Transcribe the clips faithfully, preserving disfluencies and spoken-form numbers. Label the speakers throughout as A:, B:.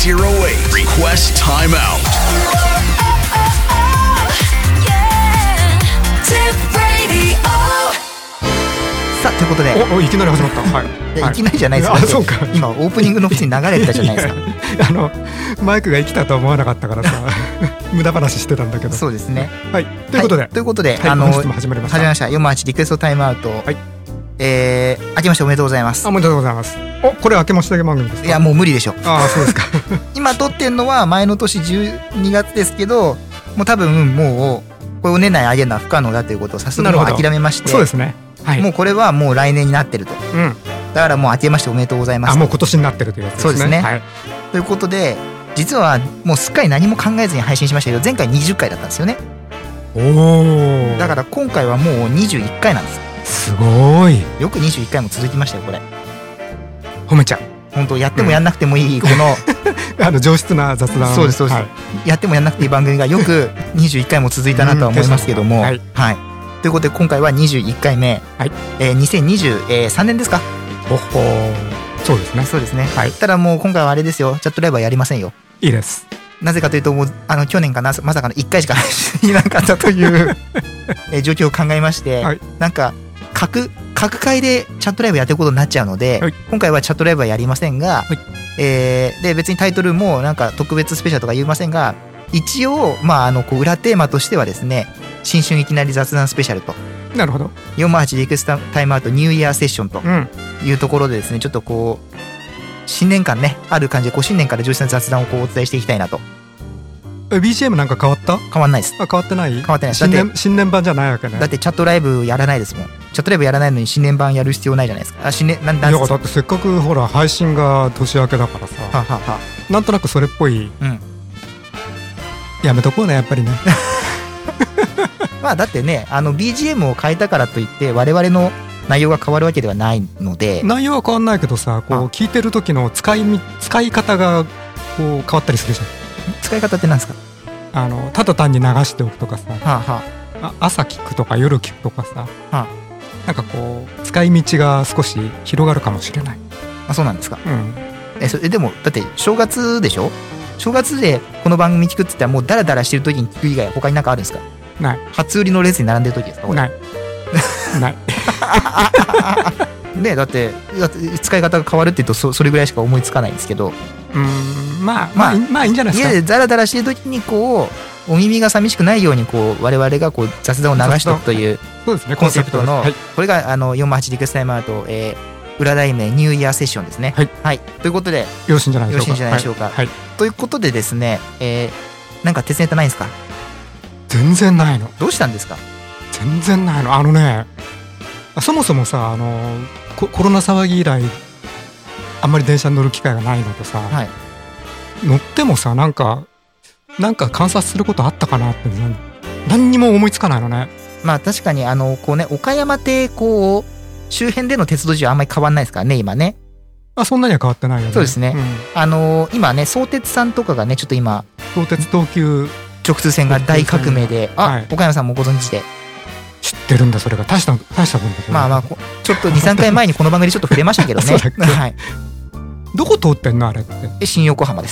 A: ゼロはち Request Time Out。
B: さあということで、
C: おおいきなり始まった、はい、
B: いやいきなりじゃないですよ、
C: あそうか
B: 今オープニングの普通に流れてたじゃないですか。
C: あのマイクが生きたとは思わなかったからさ無駄話してたんだけど。
B: そうですね、
C: はい、ということで、
B: はい、ということで、
C: はい、
B: あの
C: 本日も始まりました。
B: 始まりました。よんまいはちリクエストタイムアウト、はい、えー、明けましておめでとうございます。
C: あ、おめでとうございます。お、これ明けまして番組ですか？
B: いやもう無理でしょ。
C: ああ、そうですか
B: 今撮ってんのは前の年じゅうにがつですけど、もう多分もうこれを年内上げるのは不可能だということを早速もう諦めまして、
C: そうですね、はい、
B: もうこれはもう来年になってると、うん、だからもう明けましておめでとうございます。
C: あ、もう今年になってるというやつですね。そうですね、はい、
B: ということで実はもうすっかり何も考えずに配信しましたけど、前回にじゅっかいだったんですよね。
C: おー、
B: だから今回はもうにじゅういっかいなんです。
C: すごい、
B: よくにじゅういっかいも続きましたよこれ。
C: 褒めちゃう。
B: 本当やってもやんなくてもいい、うん、この
C: あの上質な雑談。
B: そうですそうです、はい、やってもやんなくていい番組がよくにじゅういっかいも続いたなとは思いますけども、うん、はい、はい、ということで今回はにじゅういっかいめ、はい、えー、にせんにじゅうさんねんですか。
C: おほー、そうですね、
B: そうですね、はい、ただもう今回はあれですよ、チャットライブはやりませんよ。
C: いいです。
B: なぜかというともうあの去年かなまさかのいっかいしかいなかったというえ状況を考えまして、はい、なんか各各回でチャットライブやってることになっちゃうので、はい、今回はチャットライブはやりませんが、はい、えー、で別にタイトルもなんか特別スペシャルとか言いませんが、一応まああのこう裏テーマとしてはですね、新春いきなり雑談スペシャルと、
C: なるほど、
B: よんまいはちリクエストタイムアウトニューイヤーセッションというところでですね、ちょっとこう新年感ねある感じで、こう新年から上質な雑談をこうお伝えしていきたいなと。
C: ビージーエム なんか変わった？変
B: わんないです。
C: あ、変わってない？
B: 変わってないです。
C: 新年、新年版じゃないわけね。
B: だってチャットライブやらないですもん。チャットライブやらないのに新年版やる必要ないじゃないですか。あ、新年なんなん
C: いやだってせっかくほら配信が年明けだからさ、はははなんとなくそれっぽい、うん、やめとこうねやっぱりね
B: まあだってね、あの ビージーエム を変えたからといって我々の内容が変わるわけではないので。
C: 内容は変わんないけどさ、こう聞いてる時の使い使い方がこう変わったりするじゃん。
B: 使い方って何ですか？
C: あのただ単に流しておくとかさ、はあはあ、あ朝聞くとか夜聞くとかさ、はあ、なんかこう使い道が少し広がるかもしれない。
B: あ、そうなんですか。
C: うん、
B: えそれでもだって正月でしょ。正月でこの番組聞くって言ったらもうダラダラしてる時に聞く以外他に何かあるんですか？
C: ない。
B: 初売りの列に並んでる時ですか？
C: ないない
B: ね、だって使い方が変わるって言うと そ, それぐらいしか思いつかないんですけど、
C: うーん、まあまあ、まあいいんじゃないですか。
B: 家でザラザラしてる時にこうお耳が寂しくないようにこう我々がこう雑談を流しておくというコンセプトの、これがあのよんまいはちリクエストタイムアウト、えー、裏題名ニューイヤーセッションですね。はい、はい、ということでよ
C: ろしいんじゃないでしょうか。
B: よろしいんじゃないでしょうか。はいはい、ということでですね、えー、なんか鉄ネタないんですか？
C: 全然ないの。
B: どうしたんですか？
C: 全然ないの。あのね、そもそもさ、あのコ, コロナ騒ぎ以来あんまり電車に乗る機会がないのとさ、はい、乗ってもさなんかなんか観察することあったかなって何, 何にも思いつかないのね。
B: まあ確かにあのこうね、岡山ってこう周辺での鉄道事情あんまり変わんないですからね今ね。
C: あ、そんなには変わってないよね。
B: そうですね、うん、あのー、今ね相鉄さんとかがねちょっと今
C: 相鉄東急
B: 直通線が大革命で、あ、はい、岡山さんもご存知で。
C: 知ってるんだ。それが大した大した分だけど、
B: まあまあちょっと にさんかいまえにこの番組でちょっと触れましたけどねはい、
C: どこ通ってんのあれって？
B: え、新横浜です。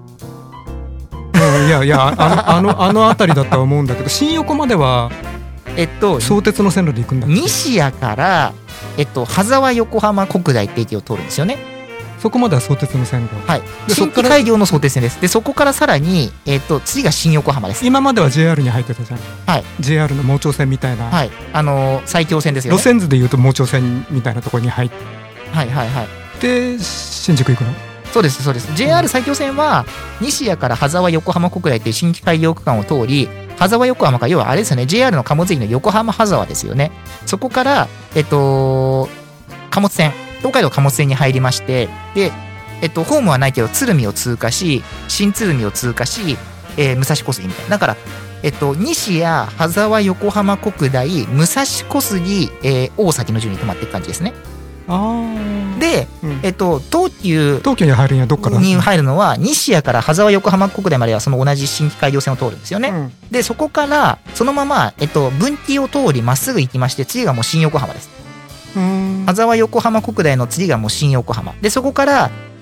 C: いやいや、あのあのあの辺りだとは思うんだけど、新横までは
B: えっと
C: 相鉄の線路で行くんだっけ？
B: 西谷からえっと羽沢横浜国大って駅を通るんですよね。
C: そこまでは相鉄の線路。
B: はい。で新規開業の相鉄線です。でそこからさらにえっと次が新横浜です。
C: 今までは ジェイアール に入ってたじゃん。はい。ジェイアール の盲腸線みたいな。
B: はい。あのー、埼京線ですよね。
C: 路線図でいうと盲腸線みたいなところに入って。
B: はいはいはい。
C: で新宿行くの？
B: そうですそうです。ジェイアール 埼京線は西谷から羽沢横浜国大っていう新規開業区間を通り、羽沢横浜か要はあれですよね。ジェイアール の貨物駅の横浜羽沢ですよね。そこからえっと貨物線、東海道貨物線に入りまして、でえっと、ホームはないけど鶴見を通過し新鶴見を通過し、えー、武蔵小杉みたいな。だから、えっと、西谷羽沢横浜国大武蔵小杉、えー、大崎の順に止まっていく感じですね。
C: あ
B: で、うん、えっと、東急
C: 東急に入るにはどっから
B: に入るのは西谷から羽沢横浜国大まではその同じ新規開業線を通るんですよね。うん、でそこからそのまま、えっと、分岐を通りまっすぐ行きまして、次がもう新横浜です。羽沢横浜国大の次がもう新横浜で、そこから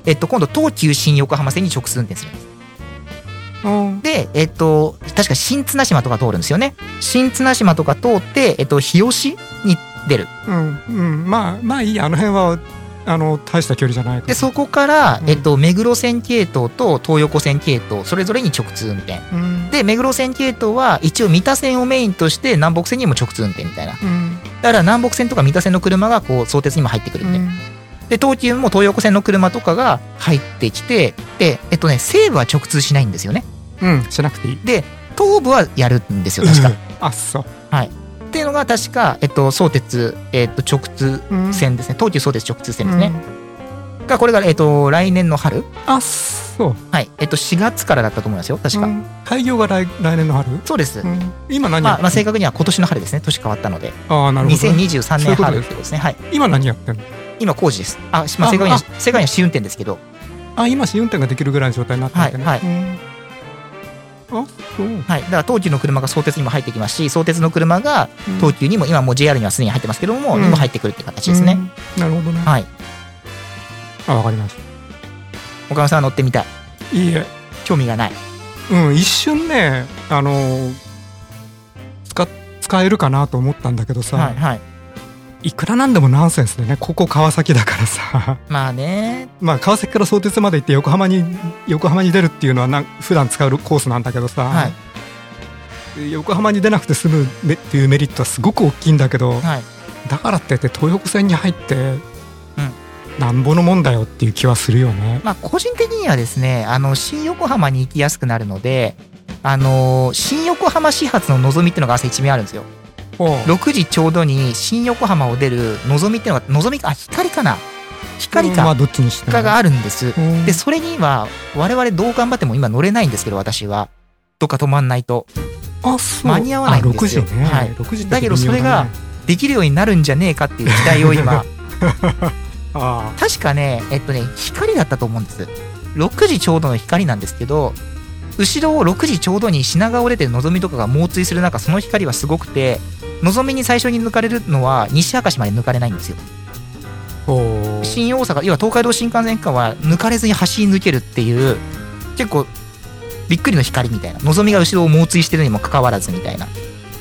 B: えっと、今度東急新横浜線に直通運転するんです。で、えっと、確か新綱島とか通るんですよね。新綱島とか通って、えっと、日吉に出る。
C: うんうん、まあまあいい、あの辺はあの大した距離じゃないから。
B: でそこから、うん、えっと、目黒線系統と東横線系統それぞれに直通運転、うん、で目黒線系統は一応三田線をメインとして南北線にも直通運転みたいな、うん、だから南北線とか三田線の車がこう相鉄にも入ってくるんで、うん、で東急も東横線の車とかが入ってきて、でえっとね西武は直通しないんですよね。
C: うんしなくていい。
B: で東武はやるんですよ確か、うん、
C: あそう
B: はいっていうのが確か、えっと、相鉄、えっと、直通線ですね、うん、東急相鉄直通線ですね、うん、がこれが、えっと、来年の春、
C: あそうはい
B: えっと、しがつからだったと思いますよ確か、うん、
C: 開業が 来, 来年の春。
B: そうです、うん、
C: 今何
B: やってんの、まあまあ、正確には今年の春ですね、年変わったので。
C: ああなるほど、ね、
B: にせんにじゅうさんねん春ってことですね。はい、
C: 今何やってんの。
B: 今工事です。あ、まあ、正確には正確には試運転ですけど、
C: あ今試運転ができるぐらいの状態になってるんでね。はい、はい、あそう
B: はい、だから東急の車が相鉄にも入ってきますし、相鉄の車が東急にも、うん、今もう ジェイアール にはすでに入ってますけども、うん、にも入ってくるって形ですね、
C: うん、なるほどね。はい、あ分かりました。
B: 岡野さんは乗ってみたい。
C: いいえ
B: 興味がない。
C: うん一瞬ねあの使使えるかなと思ったんだけどさ、はいはい、いくらなんでもナンセンスでね、ここ川崎だからさ
B: まあね、
C: まあ川崎から相鉄まで行って横浜に横浜に出るっていうのはな普段使うコースなんだけどさ、はい、横浜に出なくて済むっていうメリットはすごく大きいんだけど、はい、だからって言って東横線に入って、うん、なんぼのもんだよっていう気はするよね。
B: まあ個人的にはですね、あの新横浜に行きやすくなるので、あの新横浜始発ののぞみっていうのが朝一面あるんですよ。ろくじちょうどに新横浜を出るのぞみっていうのが、のぞみか、あ、光かな、光か、
C: まあどっちにしても
B: があるんです。でそれには我々どう頑張っても今乗れないんですけど、私はどっか止まんないと
C: あそう
B: 間に合わないんですよ。
C: ろくじね、
B: はい、
C: ろくじ
B: だけどそれができるようになるんじゃねえかっていう期待を今
C: あ
B: 確かねえっとね光だったと思うんです。ろくじちょうどの光なんですけど、後ろをろくじちょうどに品川を出てのぞみとかが猛追する中、その光はすごくて、のぞみに最初に抜かれるのは西明石まで抜かれないんですよ。新大阪、要は東海道新幹線区間は抜かれずに走り抜けるっていう結構びっくりの光みたいな、のぞみが後ろを猛追してるにもかかわらずみたいな、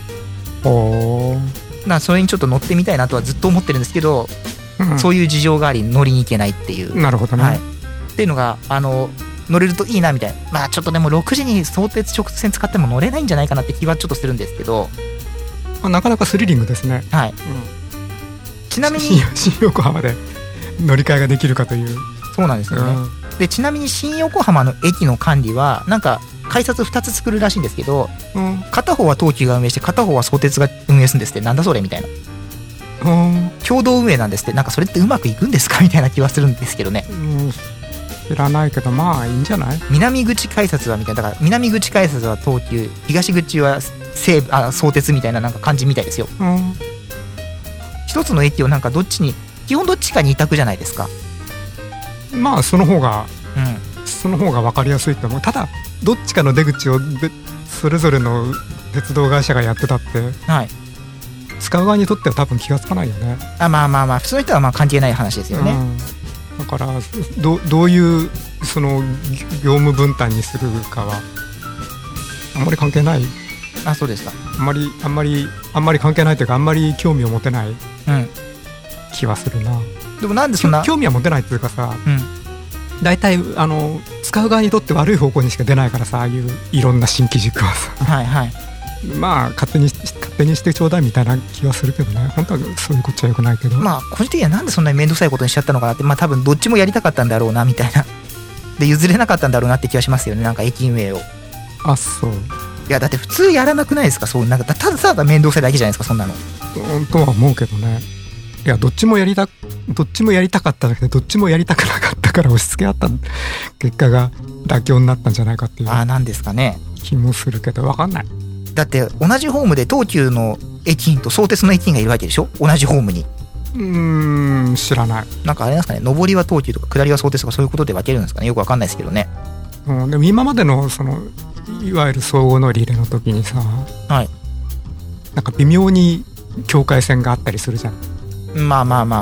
B: なそれにちょっと乗ってみたいなとはずっと思ってるんですけど、うん、そういう事情があり乗りに行けないっていう。
C: なるほどね、
B: はい、っていうのがあの乗れるといいなみたいな。まあちょっとでもろくじに相鉄直通線使っても乗れないんじゃないかなって気はちょっとするんですけど、
C: まあ、なかなかスリリングですね。
B: はい、うん、ちなみに
C: 新横浜で乗り換えができるかという。
B: そうなんですよね、うん、でちなみに新横浜の駅の管理はなんか改札ふたつ作るらしいんですけど、うん、片方は東急が運営して片方は相鉄が運営するんですって。なんだそれみたいな、うん、共同運営なんですって。なんかそれってうまくいくんですかみたいな気はするんですけどね、うん、
C: 知らないけどまあいいんじゃない。
B: 南口改札はみたいな、だから南口改札は東急、東口は西武、あ相鉄みたいななんか感じみたいですよ、うん、一つの駅をなんかどっちに、基本どっちかに委託じゃないですか。
C: まあその方が、うん、その方が分かりやすいと思う。ただどっちかの出口をそれぞれの鉄道会社がやってたって、はい、使う側にとっては多分気がつかないよね。
B: あまあまあまあ普通の人はまあ関係ない話ですよね、うん、
C: だから ど, どういうその業務分担にするかはあんまり関係ない。
B: あそうですか。
C: あんまりあんまりあんまり関係ないというか、あんまり興味を持てない気はするな、うん、でもなんでそんな興味は持てないっていうかさ、うん、だいたいあの使う側にとって悪い方向にしか出ないからさ、ああいういろんな新機軸はさ、はいはい、まあ勝手に勝手にしてちょうだいみたいな気はするけどね。本当はそういうこっちゃよくないけど、
B: まあ個人的にはなんでそんなに面倒くさいことにしちゃったのかなって、まあ多分どっちもやりたかったんだろうなみたいなで譲れなかったんだろうなって気はしますよね、なんか駅運営を。あそう。いやだって普通やらなくないですか、そうなんかただただ面倒くさいだけじゃないですかそんなの。
C: 本当は思うけどね。いやどっちもやりたどっちもやりたかったんだけど、どっちもやりたくなかったから押し付け合った結果が妥協になったんじゃないかっていう。
B: あなんですかね。
C: 気もするけど分かんない。
B: だって同じホームで東急の駅員と相鉄の駅員がいるわけでしょ、同じホームに。
C: うーん知らない。
B: なんかあれなんですかね、上りは東急とか下りは相鉄とかそういうことで分けるんですかね、よく分かんないですけどね、
C: うん、でも今までのそのいわゆる総合乗り入れの時にさ、はい、なんか微妙に境界線があったりするじゃん。
B: まあまあまあはい。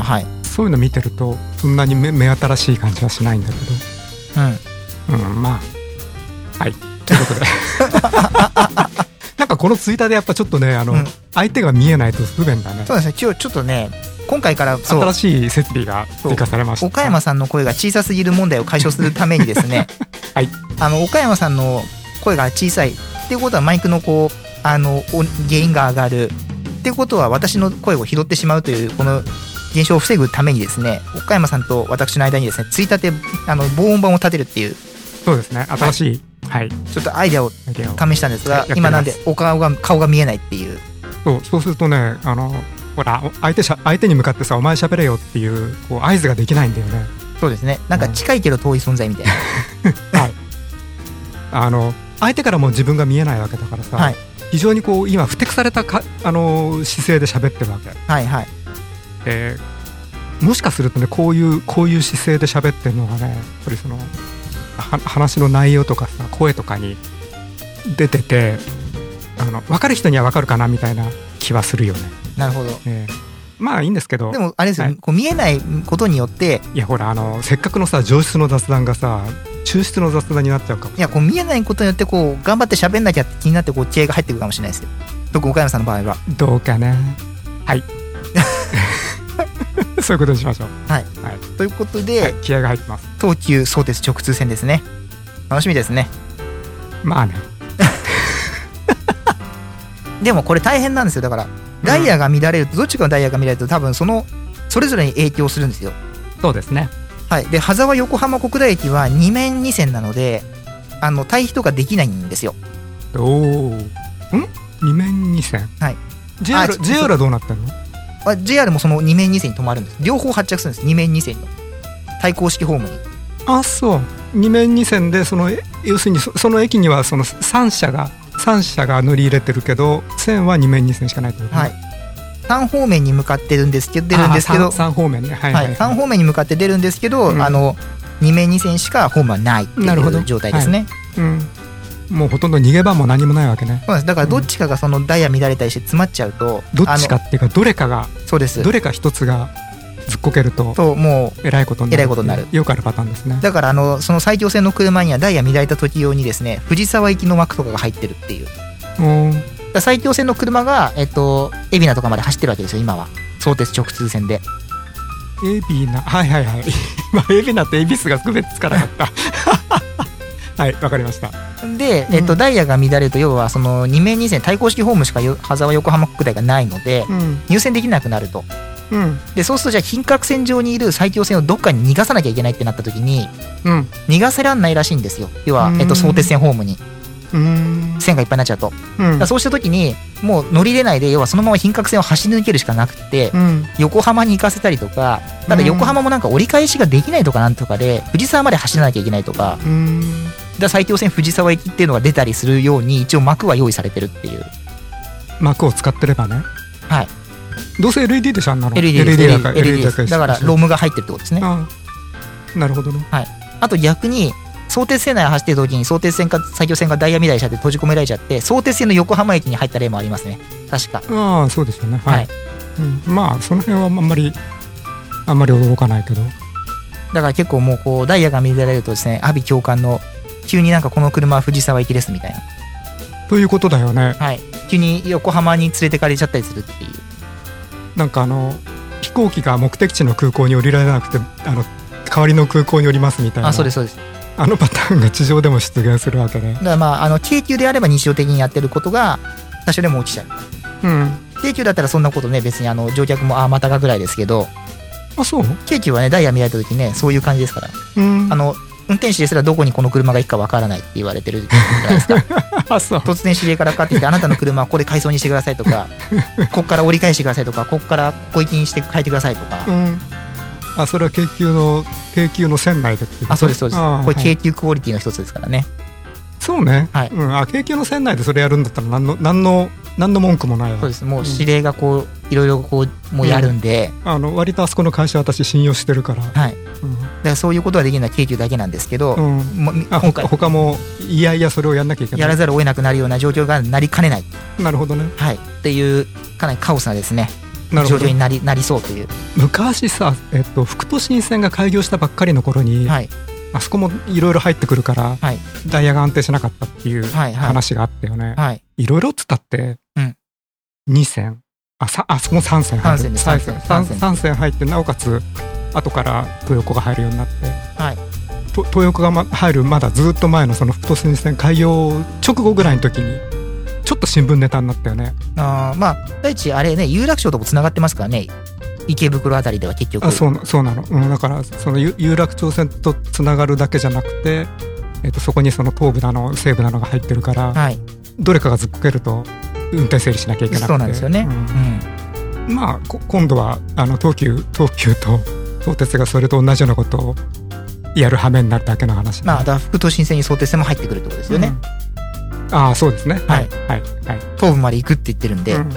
C: そういうの見てるとそんなに 目, 目新しい感じはしないんだけど、うん、うん、まあはいということでなんかこのツイッターでやっぱちょっとねあの、うん、相手が見えないと不便だね。
B: そうですね、今日ちょっとね今回から
C: 新しい設備が追加されました。
B: 岡山さんの声が小さすぎる問題を解消するためにですね
C: はい、
B: あの岡山さんの声が小さいっていうことはマイクのこうあのゲインが上がるっていうことは私の声を拾ってしまうというこの現象を防ぐためにですね、岡山さんと私の間にですねついたてあの防音板を立てるっていう、
C: そうですね、新しい、はい、
B: ちょっとアイデアを試したんですが、今なんでお顔が顔が見えないっていう。
C: そう、そうするとねあのほら相手しゃ相手に向かってさお前喋れよっていうこう合図ができないんだよね。
B: そうですね、なんか近いけど遠い存在みたいな、はい、
C: あの相手からも自分が見えないわけだからさ、はい、非常にこう今ふてくされたかあの姿勢で喋ってるわけ。
B: はいはい。
C: でもしかするとねこういうこういう姿勢で喋ってるのがねやっぱりその話の内容とかさ声とかに出ててあの分かる人には分かるかなみたいな気はするよね。
B: なるほど、
C: えー、まあいいんですけど、
B: でもあれですよ、はい、こう見えないことによって
C: いやほらあのせっかくのさ上質の雑談がさ抽出の雑談になっちゃうかも。
B: いやこう見えないことによってこう頑張って喋んなきゃって気になってこう知恵が入ってくるかもしれないですよ、特に岡山さんの場合は。
C: どうかな。はいそういうことにしましょう。
B: はい、はい、ということで、はい、
C: 気合が入ってます。
B: 東急相鉄直通線ですね。楽しみですね。
C: まあね
B: でもこれ大変なんですよ。だからダイヤが乱れると、どっちかのダイヤが乱れると多分そのそれぞれに影響するんですよ。
C: そうですね。
B: はい。で羽沢横浜国大駅はに面に線なのであの対比とかできないんですよ。
C: おお。ん？に面に線。
B: はい。
C: ジェイアール ジェイアール はどうなってんの？
B: あ ジェイアール もそのに面に線に止まるんです。両方発着するんです。に面に線の対向式ホームに。
C: あ、そう。に面に線でその要するに そ, その駅にはそのさん社がさん社が乗り入れてるけど線はに面に線しかないってことね。はい。
B: さん方面に向かってるんですけど出るんですけど
C: 3, さん方面ね、はいはいはいはい、
B: さん方面に向かって出るんですけど、うん、あのに面に線しかホームはないっていう状態ですね。
C: はい、うん、もうほとんど逃げ場も何もないわけね。
B: そうです。だからどっちかがそのダイヤ乱れたりして詰まっちゃうと、
C: うん、どっちかっていうかどれかが
B: そうです
C: どれか一つがずっこけると
B: ともう
C: えらいことになる。
B: えらいことになる。
C: よくあるパターンですね。
B: だからあのその埼京線の車にはダイヤ乱れた時用にですね藤沢行きの枠とかが入ってるっていう。
C: うん。
B: 埼京線の車が、えっと、海老名とかまで走ってるわけですよ今は。相鉄直通線で
C: 海老名、はいはいはい今海老名と恵比寿が区別つかなかったはいわかりました。
B: で、えっと、ダイヤが乱れると要はそのに面に線対向式ホームしか羽沢横浜国大がないので、うん、入線できなくなると、うん、でそうするとじゃあ頻角線上にいる埼京線をどっかに逃がさなきゃいけないってなった時に、うん、逃がせらんないらしいんですよ。要は、えっと、相鉄線ホームにうーん線がいっぱいになっちゃうと、うん、だそうした時にもう乗り入れないで要はそのまま頻角線を走り抜けるしかなくて、うん、横浜に行かせたりとか、ただ横浜もなんか折り返しができないとかなんとかで藤沢まで走らなきゃいけないとか、うん、だ埼京線藤沢駅っていうのが出たりするように一応幕は用意されてるっていう。
C: 幕を使ってればね。
B: はい。
C: どうせ エルイーディー でしょあんなの。
B: エルイーディー です
C: エルイーディー だから
B: エルイーディー です。だからロムが入ってるってことですね。
C: ああなるほどね。
B: はい。あと逆に相鉄線内を走ってる時に相鉄線か埼京線がダイヤ乱れしちゃって閉じ込められちゃって相鉄線の横浜駅に入った例もありますね確か。
C: ああそうですよね。はい、はい、うん、まあその辺はあんまりあんまり驚かないけど、
B: だから結構もうこうダイヤが乱れるとですね阿鼻教官の急になんかこの車は藤沢行きですみたいな
C: ということだよね。
B: はい。急に横浜に連れてかれちゃったりするっていう。
C: なんかあの飛行機が目的地の空港に降りられなくてあの代わりの空港に降りますみたいな。
B: あそうですそうです。
C: あのパターンが地上でも出現するわけね。
B: だからまああの京急であれば日常的にやってることが多少でも落ちちゃう。うん。京急だったらそんなことね別にあの乗客もあまたかぐらいですけど。
C: あそう。
B: 京急はねダイヤ見られた時ねそういう感じですから。うん。あの運転手ですらどこにこの車が行くかわからないって言われてるじゃないですか。
C: あそう。
B: 突然指令からかかってきてあなたの車はここで回送にしてくださいとか、ここから折り返してくださいとか、ここからここ行きにして変えてくださいとか。うん。あ
C: それは京急の京急の線内でっていうこと。
B: あそうですそうです。これ京急クオリティの一つですからね。
C: そうね。はい。うん、あ京急の線内でそれやるんだったら何の何の何の文句もないわ。
B: そうです。もう指令がこういろいろこうもうやるんで、
C: うん、あの割とあそこの会社私信用してるから。
B: はい。うん、だからそういうことができるのは京急だけなんですけど、うん、
C: も今回他もいやいやそれをやんなきゃいけない。
B: やらざるを得なくなるような状況がなりかねない。
C: なるほどね。
B: はい。っていうかなりカオスなですね状況になり、なりそうという。
C: 昔さ、えっと、副都心線が開業したばっかりの頃に、はい、あそこもいろいろ入ってくるから、はい、ダイヤが安定しなかったっていう話があったよね。はいはい、いろいろっつったって、うん、に線あさあそこもさん線入って、さん線さん線さん線入って、なおかつ後から東横が入るようになって、はい、と東横が、ま、入るまだずっと前のその副都心線開業直後ぐらいの時にちょっと新聞ネタになったよね。
B: あ、まあ第一あれね、有楽町ともつながってますからね、池袋あたりでは結局。
C: あ、そう、そうなの、うん、だからその有楽町線とつながるだけじゃなくて、えー、とそこにその東部なの西部なのが入ってるから、はい、どれかがずっこけると運転整理しなきゃいけなくて。
B: そうなんですよね、
C: うんうん、まあ今度はあの東急東急と相鉄がそれと同じようなことをやる羽目になるだけの話、ね、
B: まあ、だから副都心線に相鉄線も入ってくるってことですよね、
C: うん、ああそうですね、はいはいはい、
B: 東部まで行くって言ってるんで、うん、い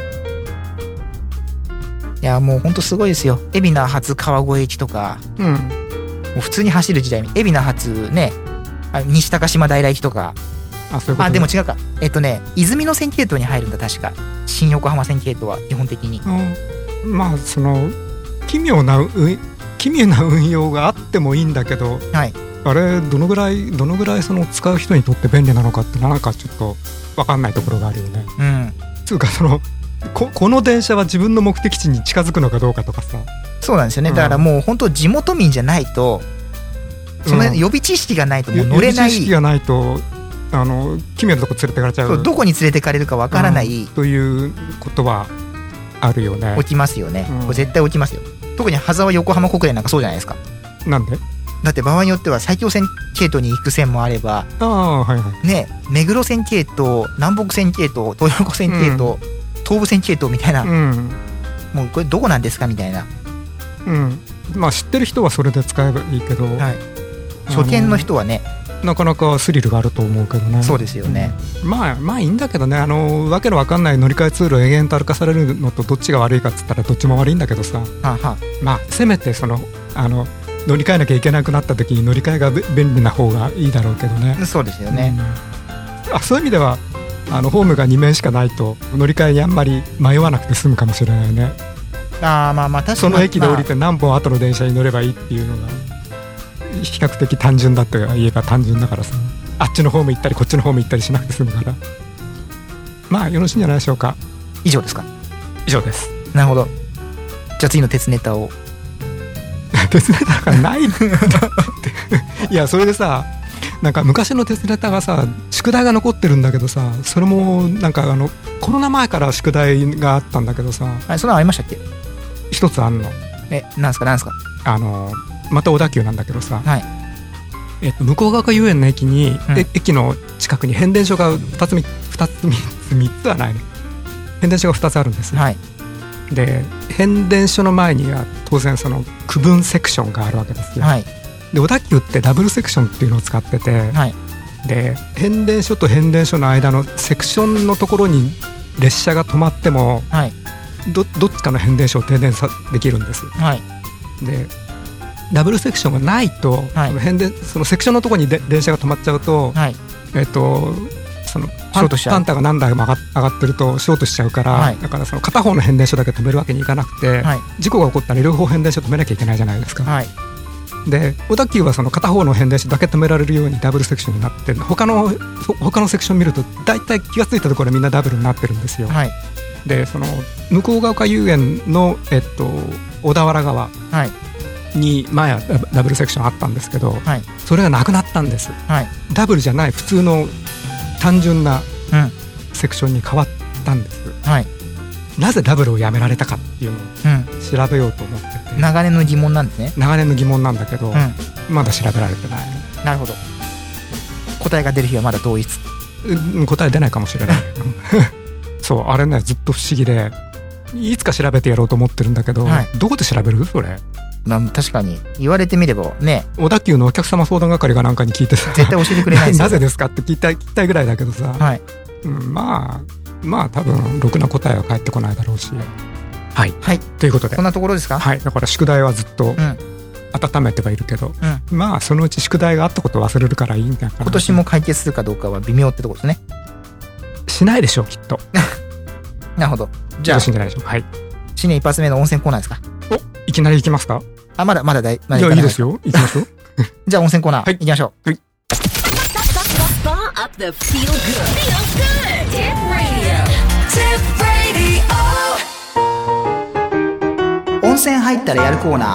B: やもうほんとすごいですよ。海老名発川越駅とか、うん、もう普通に走る時代、海老名発ね、西高島平駅とか、あ、そういうこと。あ、でも違うか、えっとね泉の線系統に入るんだ確か、新横浜線系統は基本的に、
C: うん、まあその奇妙な奇妙な運用があってもいいんだけど、はい、あれどのぐらいどのぐらいその使う人にとって便利なのかってなんかちょっと分かんないところがあるよね。うん。つうかその こ, この電車は自分の目的地に近づくのかどうかとかさ。
B: そうなんですよね。だからもう本当地元民じゃないと、その予備知識がないともう乗れない。予備知識
C: がないとあの奇妙なとこ連れてかれちゃう。
B: そう、どこに連れてかれるか分からない、
C: うん、ということはあるよね。
B: 起きますよね。うん、これ絶対起きますよ。特に羽沢横浜国連なんかそうじゃないですか。
C: なんで？
B: だって場合によっては埼京線系統に行く線もあれば、あ、はいはい、ね、目黒線系統、南北線系統、東横線系統、うん、東武線系統みたいな、うん、もうこれどこなんですかみたいな、
C: うん、まあ知ってる人はそれで使えばいいけど、はい、
B: 初見の人はね
C: なかなかスリルがあると思うけどね。
B: そうですよね、
C: うん、まあまあいいんだけどね、あのわけのわかんない乗り換えツールを延々と歩かされるのとどっちが悪いかっつったらどっちも悪いんだけどさ、はあはあ、まあせめてそのあの乗り換えなきゃいけなくなった時に乗り換えが便利な方がいいだろうけどね。
B: そうですよね、
C: うん、あ、そういう意味ではあのホームがに面しかないと乗り換えにあんまり迷わなくて済むかもしれないね。
B: あ、まあまあ確かに
C: その駅で降りて何本後の電車に乗ればいいっていうのが比較的単純だと言えば単純だからさ、あっちのホーム行ったりこっちのホーム行ったりしなくて済むから、まあよろしいんじゃないでしょうか。
B: 以上ですか？
C: 以上です。
B: なるほど。じゃあ次の鉄ネタを
C: 鉄ネタがないっていやそれでさ、なんか昔の鉄ネタがさ宿題が残ってるんだけどさ、それもなんかあのコロナ前から宿題があったんだけどさ、
B: あ、そんなのありましたっけ？
C: 一つあんの。え、
B: なんすかなんすか？
C: あのまた小田急なんだけどさ、はい、えっと、向ヶ丘遊園の駅に、うん、駅の近くに変電所がふたつみっつみっつみっつはないね、変電所がふたつあるんです、はい、で変電所の前には当然その区分セクションがあるわけですよ、はい、で小田急ってダブルセクションっていうのを使ってて、はい、で変電所と変電所の間のセクションのところに列車が止まっても、はい、ど, どっちかの変電所を停電さできるんです、はい、でダブルセクションがないと、はい、その変電そのセクションのところにで電車が止まっちゃうと、はい、えっとそのパンパンタが何台も上がってるとショートしちゃうから、はい、だからその片方の変電所だけ止めるわけにいかなくて、はい、事故が起こったら両方変電所止めなきゃいけないじゃないですか、はい、で小田急はその片方の変電所だけ止められるようにダブルセクションになって他の他のセクション見ると大体気がついたところみんなダブルになってるんですよ、はい、でその向ヶ丘遊園の、えっと、小田原側、はいに前はダブルセクションあったんですけど、はい、それがなくなったんです、はい、ダブルじゃない普通の単純なセクションに変わったんです、はい、なぜダブルをやめられたかっていうのを調べようと思ってて、うん、
B: 長年の疑問なんですね。
C: 長年の疑問なんだけど、うん、まだ調べられてない。
B: なるほど。答えが出る日はまだ遠い、
C: うん、答え出ないかもしれないそうあれねずっと不思議でいつか調べてやろうと思ってるんだけど、はい、どこで調べるそれ。
B: まあ、確かに言われてみればね、
C: 小田急のお客様相談係がなんかに聞いてさ
B: 絶対教えてくれないですよ
C: なぜですかって聞いたい聞きたいぐらいだけどさ、はい、うん、まあまあ多分ろくな答えは返ってこないだろうし、はい、はい、ということで
B: そんなところですか。
C: はい、だから宿題はずっと温めてはいるけど、うん、まあそのうち宿題があったことを忘れるからいいんだから、
B: 今年も解決するかどうかは微妙ってところですね。
C: しないでしょうきっと
B: なるほど。じゃあ
C: よろしいんじゃないでしょうか。はい、
B: 新年一発目の温泉コーナーですか。
C: お、いきなり行きますか。
B: あ、まだまだだい、まだ
C: いや、いいですよ。行きましょう。
B: じゃあ温泉コーナー、はい、行きましょう。はい。温泉入ったらやるコーナ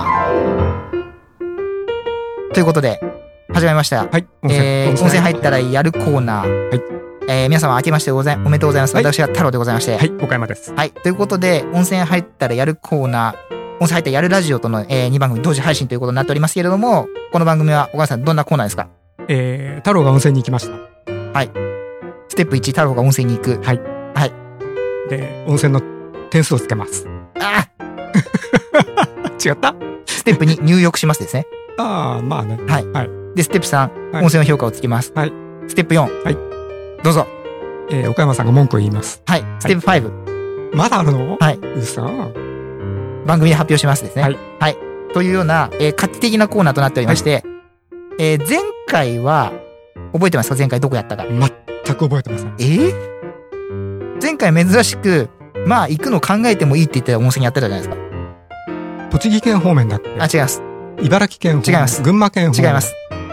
B: ーということで始まりました。
C: はい。
B: 温泉、えー、温泉入ったらやるコーナー。はい。えー、皆様明けましてございおめでとうございます。はい、私は太郎でございまして。
C: はい。岡山です。
B: はい。ということで温泉入ったらやるコーナー、温泉入ったらやるラジオとの、えー、にばん組同時配信ということになっておりますけれども、この番組は岡山さんどんなコーナーですか。
C: えー、太郎が温泉に行きました。
B: はい。ステップいち、太郎が温泉に行く。
C: はい。
B: はい。
C: で、温泉の点数をつけます。
B: あ
C: 違った
B: ステップに入浴しますですね。
C: ああ、まあね。
B: はい。はい。で、ステップさん、はい、温泉の評価をつけます。
C: はい。
B: ステップよん。
C: はい。
B: どうぞ。
C: えー、岡山さんが文句を言います。
B: はい。ステップご。
C: まだあるの？
B: はい。
C: うそ。
B: 番組で発表しますですね。はい。はい。というような、えー、画期的なコーナーとなっておりまして、はい、えー、前回は、覚えてますか？前回どこやったか。
C: 全く覚えてません。
B: えー、前回珍しく、まあ、行くの考えてもいいって言ってた温泉やってたじゃないですか。
C: 栃木県方面だっけ？
B: あ、違います。
C: 茨城県方面。
B: 違います。
C: 群馬県方面。
B: 違います。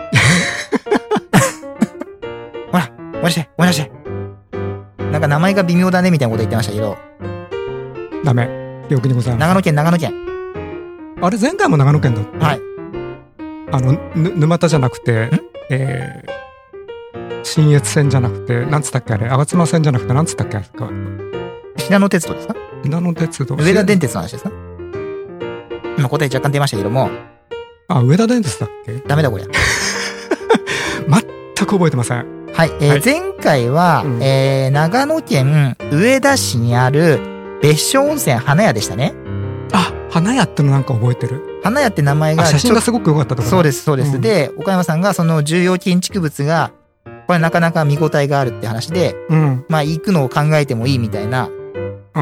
B: ほら、思い出して、思い出して。なんか名前が微妙だねみたいなこと言ってましたけど。
C: ダメ。記憶にございます。
B: 長野県、長野県。
C: あれ、前回も長野県だった。
B: はい。
C: あの、ぬ、沼田じゃなくて、えー、信越線じゃなくて、なんつったっけあれ、吾妻線じゃなくて、なんつったっけあれか。
B: 信濃鉄道ですか？
C: 信濃鉄道。
B: 上田電鉄の話ですか？今答え若干出ましたけども。
C: あ、上田電鉄だっけ？
B: ダメだこりゃ。
C: 全く覚えてません。
B: はい。えーはい、前回は、うん、えー、長野県上田市にある別所温泉花屋でしたね。
C: あ、花屋ってのなんか覚えてる。
B: 花屋って名前が。
C: 写真がすごく良かったところ。
B: そうです、そうです。うん、で、岡山さんがその重要建築物が、これなかなか見応えがあるって話で、うん、まあ行くのを考えてもいいみたいな。うん、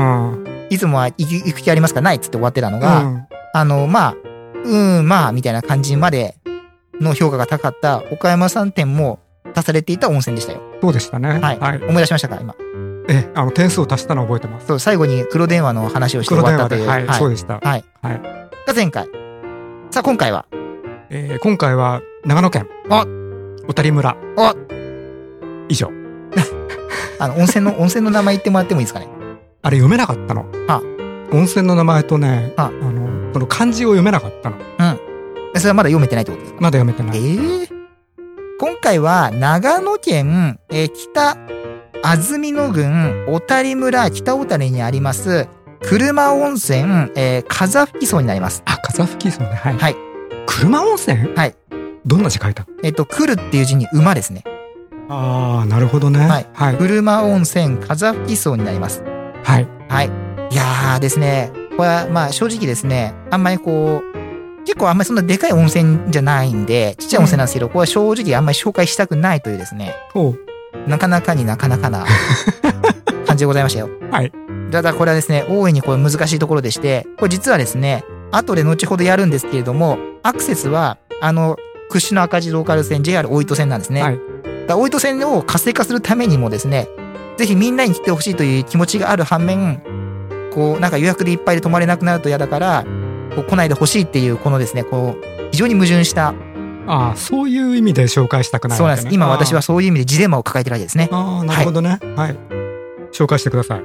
B: いつもは行く、行く気ありますか？ないっつって終わってたのが、うん、あの、まあ、うーん、まあ、みたいな感じまでの評価が高かった岡山さん店も足されていた温泉でしたよ。
C: そうでしたね。
B: はい。はい、思い出しましたか今。
C: え、あの、点数を足したのを覚えてます。
B: そう、最後に黒電話の話をして終わったという。
C: はい、はい、そうでした。
B: はい。はい。が前回。さあ、今回は
C: えー、今回は長野県。
B: あ
C: 小谷村。
B: あ
C: 以上。
B: あの、温泉の、温泉の名前言ってもらってもいいですかね。
C: あれ読めなかったの。
B: あ
C: 温泉の名前とね、あ、あの、その漢字を読めなかったの。
B: うん。それはまだ読めてないってことですか？
C: まだ読めてない。
B: ええー、今回は長野県、えー、北安曇野郡小谷村北小谷にあります車温泉、えー、風吹荘になります。
C: あ、風吹荘ね。はい。
B: はい。
C: 車温泉？
B: はい。
C: どんな字書いた？
B: えっと、来るっていう字に馬ですね。
C: ああ、なるほどね。
B: はい。はい。車温泉風吹荘になります。
C: はい。
B: はい。いやーですね、これはまあ正直ですね、あんまりこう、結構あんまりそんなでかい温泉じゃないんで、ちっちゃい温泉なんですけど、うん、これは正直あんまり紹介したくないというですね、なかなかになかなかな感じでございましたよ。
C: はい。
B: ただこれはですね、大いにこれ難しいところでして、これ実はですね、後で後ほどやるんですけれども、アクセスは、あの、屈指の赤字ローカル線 ジェイアール 大糸線なんですね。はい。だ大糸線を活性化するためにもですね、ぜひみんなに来てほしいという気持ちがある反面、こう、なんか予約でいっぱいで泊まれなくなると嫌だから、こう来ないでほしいっていう、このですね、こう、非常に矛盾した。
C: ああ、そういう意味で紹介したくない、ね。
B: そうなんです。今私はそういう意味でジレンマを抱えてるわけですね。
C: ああ、なるほどね。はい。はい、紹介してください。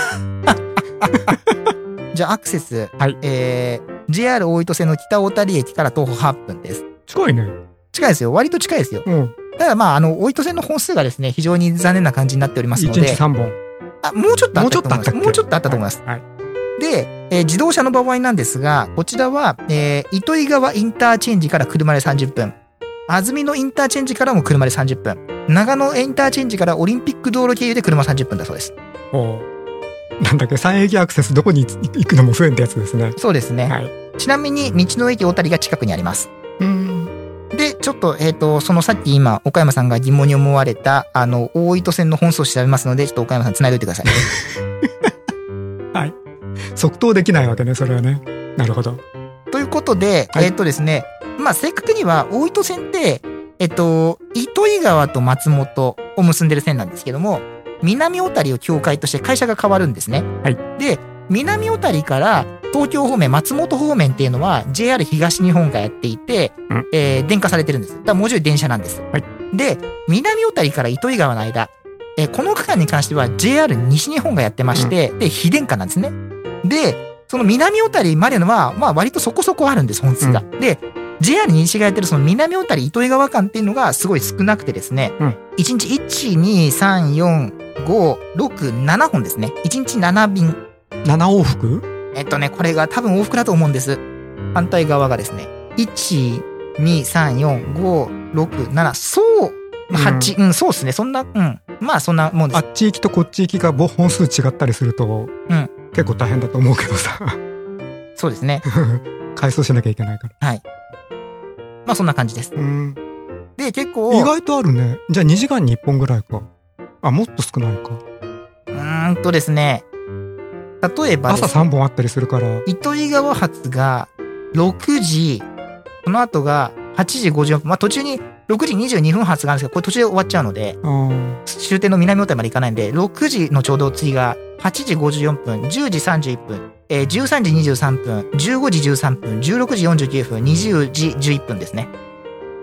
B: じゃあアクセス、
C: はい、
B: えー、ジェイアール 大糸線の北小谷駅から徒歩はっぷんです。
C: 近いね。
B: 近いですよ。割と近いですよ。
C: うん。
B: ただまあ、あの、大糸線の本数がですね、非常に残念な感じになっておりますので。
C: いちにちさんぼん。
B: あ、もうちょっとあったと思います。もうちょっとあったと思います。
C: はい。はい、
B: で、えー、自動車の場合なんですが、こちらは、えー、糸魚川インターチェンジから車でさんじゅっぷん。安曇野インターチェンジからも車でさんじゅっぷん。長野インターチェンジからオリンピック道路経由で車さんじゅっぷんだそうです。
C: おなんだっけ、三駅アクセスどこに行くのも増えんってやつですね。
B: そうですね。はい、ちなみに、道の駅小谷が近くにあります。
C: うん。
B: で、ちょっと、えっと、そのさっき今、岡山さんが疑問に思われた、あの、大糸線の本数を調べますので、ちょっと岡山さん繋いでおいてください。
C: はい。即答できないわけね、それはね。なるほど。
B: ということで、はい、えっとですね、まあ、正確には、大糸線って、えっと、糸魚川と松本を結んでる線なんですけども、南小谷を境界として会社が変わるんですね。
C: はい。
B: で、 南小谷から東京方面、松本方面っていうのは ジェイアール 東日本がやっていて、えー、電化されてるんです。だからもうちょい電車なんです。
C: はい、
B: で、南小谷から糸魚川の間、えー、この区間に関しては ジェイアール 西日本がやってまして、うん、で、非電化なんですね。で、その南小谷までのは、まあ割とそこそこあるんです、本数が。うん、で、ジェイアール 西がやってるその南小谷糸魚川間っていうのがすごい少なくてですね、うん、いちにちいち、に、さん、よん、ご、ろく、ななほんですね。いちにちななびん。
C: なな往復？
B: えっとね、これが多分往復だと思うんです。反対側がですね、いち、に、さん、よん、ご、ろく、なな、そう、はち、うん、うん、そうですね、そんな、うん、まあそんなもんです。
C: あっち行きとこっち行きが本数違ったりすると、うん、結構大変だと思うけどさ。
B: そうですね。
C: 回送しなきゃいけないから。
B: はい。まあそんな感じです。
C: うん、
B: で、結構。
C: 意外とあるね。じゃあにじかんにいっぽんぐらいか。あ、もっと少ないか。
B: うーんとですね。例えば、
C: 朝さんぼんあったりするから。
B: 糸魚川発がろくじ、その後がはちじごじゅっぷん。まあ途中にろくじにじゅうにふん発があるんですけど、これ途中で終わっちゃうので、終点の南小谷まで行かないんで、ろくじのちょうど次がはちじごじゅうよんぷん、じゅうじさんじゅういっぷん、えー、じゅうさんじにじゅうさんぷん、じゅうごじじゅうさんぷん、じゅうろくじよんじゅうきゅうふん、にじゅうじじゅういっぷんですね。
C: ん ?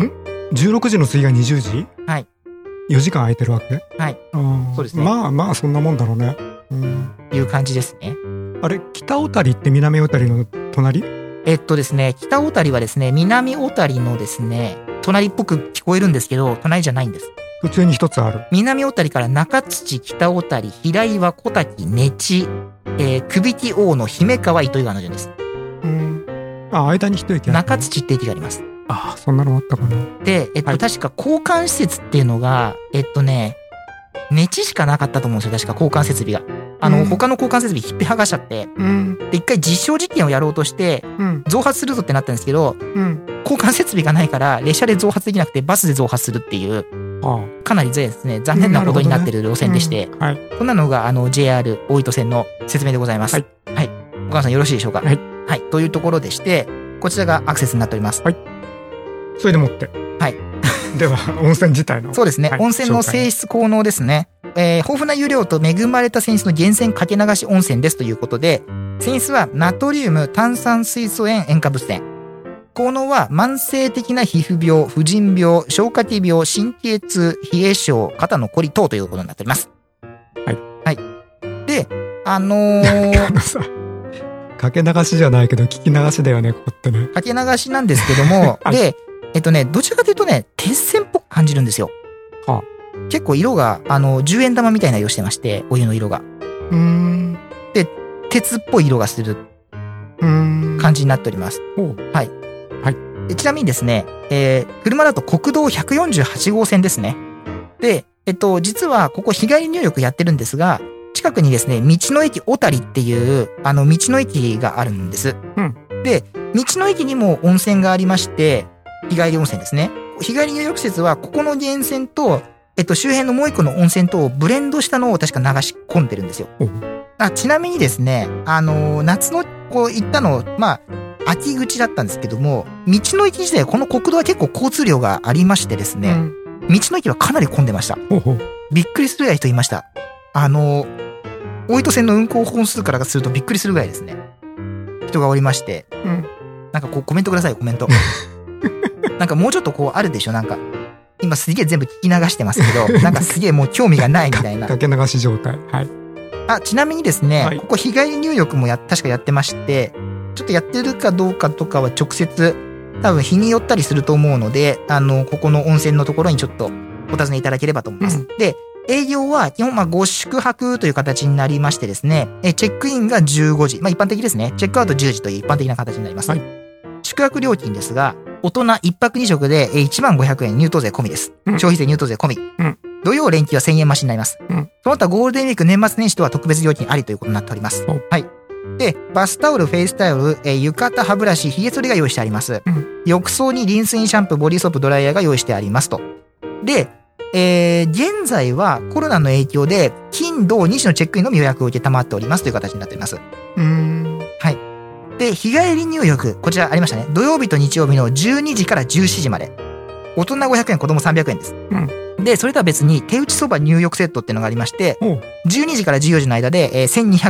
C: じゅうろくじの次がにじゅうじ？
B: はい。
C: よじかん空いてるわけ？
B: はい。そうですね。
C: まあまあそんなもんだろうね。
B: うん。いう感じですね。
C: あれ、北小谷って南小谷の隣？
B: えっとですね、北小谷はですね、南小谷のですね、隣っぽく聞こえるんですけど、隣じゃないんです。
C: 普通に一つある。
B: 南小谷から中土、北小谷、平岩、小滝、根地、えー、首木大野、姫川、糸魚川の順です。
C: うん。あ、間に一駅ある。
B: 中土って駅があります。
C: ああ、そんなのあったかな。
B: で、えっと、はい、確か交換施設っていうのが、えっとね、根地しかなかったと思うんですよ、確か交換設備が。あの、うん、他の交換設備引っ張がしちゃって、うん、で、一回実証実験をやろうとして、うん、増発するぞってなったんですけど、うん、交換設備がないから、列車で増発できなくて、バスで増発するっていう、ああかなりですね、残念なことになってる路線でして、ねうんはい、こんなのが、あの、ジェイアール 大糸線の説明でございます。はい。はい。岡野さんよろしいでしょうか？はい。はい。というところでして、こちらがアクセスになっております。
C: はい。それでもって。
B: はい。
C: では、温泉自体の。
B: そうですね。はい、温泉の性質効能ですね。えー、豊富な湯量と恵まれた泉質の源泉かけ流し温泉ですということで、泉質はナトリウム、炭酸水素塩、塩化物泉。効能は慢性的な皮膚病、婦人病、消化器病、神経痛、冷え症、肩のこり等ということになっております。
C: はい。
B: はい。で、あのー、
C: あのさ、かけ流しじゃないけど、聞き流しだよね、ここってね。
B: かけ流しなんですけども、はい、で、えっとね、どちらかというとね、鉄線っぽく感じるんですよ。はあ、結構色が、あの、じゅうえん玉みたいな色してまして、お湯の色が。
C: うーん。
B: で、鉄っぽい色がする感じになっております。はい。はい。ちなみにですね、えー、車だと国道ひゃくよんじゅうはちごうせんですね。で、えっと、実はここ日帰り入浴やってるんですが、近くにですね、道の駅小谷っていう、あの、道の駅があるんです。うん。で、道の駅にも温泉がありまして、日帰り温泉ですね。日帰り入浴施設は、ここの源泉と、えっと、周辺のもう一個の温泉とをブレンドしたのを確か流し込んでるんですよ。あ、ちなみにですね、あのー、夏の、こう、行ったの、まあ、秋口だったんですけども、道の駅自体、この国道は結構交通量がありましてですね、うん、道の駅はかなり混んでました。ほうほうびっくりするぐらい人いました。あのー、大糸線の運行本数からするとびっくりするぐらいですね。人がおりまして、うん、なんかこうコメントくださいよ、コメント。なんかもうちょっとこうあるでしょ、なんか。今すげえ全部聞き流してますけど、なんかすげえもう興味がないみたいな。
C: かけ流し状態。はい。
B: あ、ちなみにですね、はい、ここ日帰り入浴もや、確かやってまして、ちょっとやってるかどうかとかは直接、多分日によったりすると思うので、あの、ここの温泉のところにちょっとお尋ねいただければと思います。うん、で、営業は基本、まあ、ご宿泊という形になりましてですね、えチェックインがじゅうごじ。まあ、一般的ですね。チェックアウトじゅうじという一般的な形になります。はい、宿泊料金ですが、大人いっぱくにしょくでいちまんごひゃくえん入湯税込みです。うん、消費税入湯税込み。うん、土曜連休はせんえん増しになります。うん、その他ゴールデンウィーク年末年始とは特別料金ありということになっております。はい。で、バスタオル、フェイスタオル、え浴衣、歯ブラシ、髭剃りが用意してあります。うん、浴槽にリンスインシャンプー、ボディーソープ、ドライヤーが用意してありますと。で、えー、現在はコロナの影響で金土日のチェックインのみ予約を受けたまっておりますという形になっております。
C: うーん。
B: はい。で、日帰り入浴、こちらありましたね。土曜日と日曜日のじゅうにじからじゅうしちじまで。大人ごひゃくえん、子供さんびゃくえんです。うん。で、それとは別に手打ちそば入浴セットっていうのがありまして、じゅうにじからじゅうよじの間で、えー、せんにひゃくえん。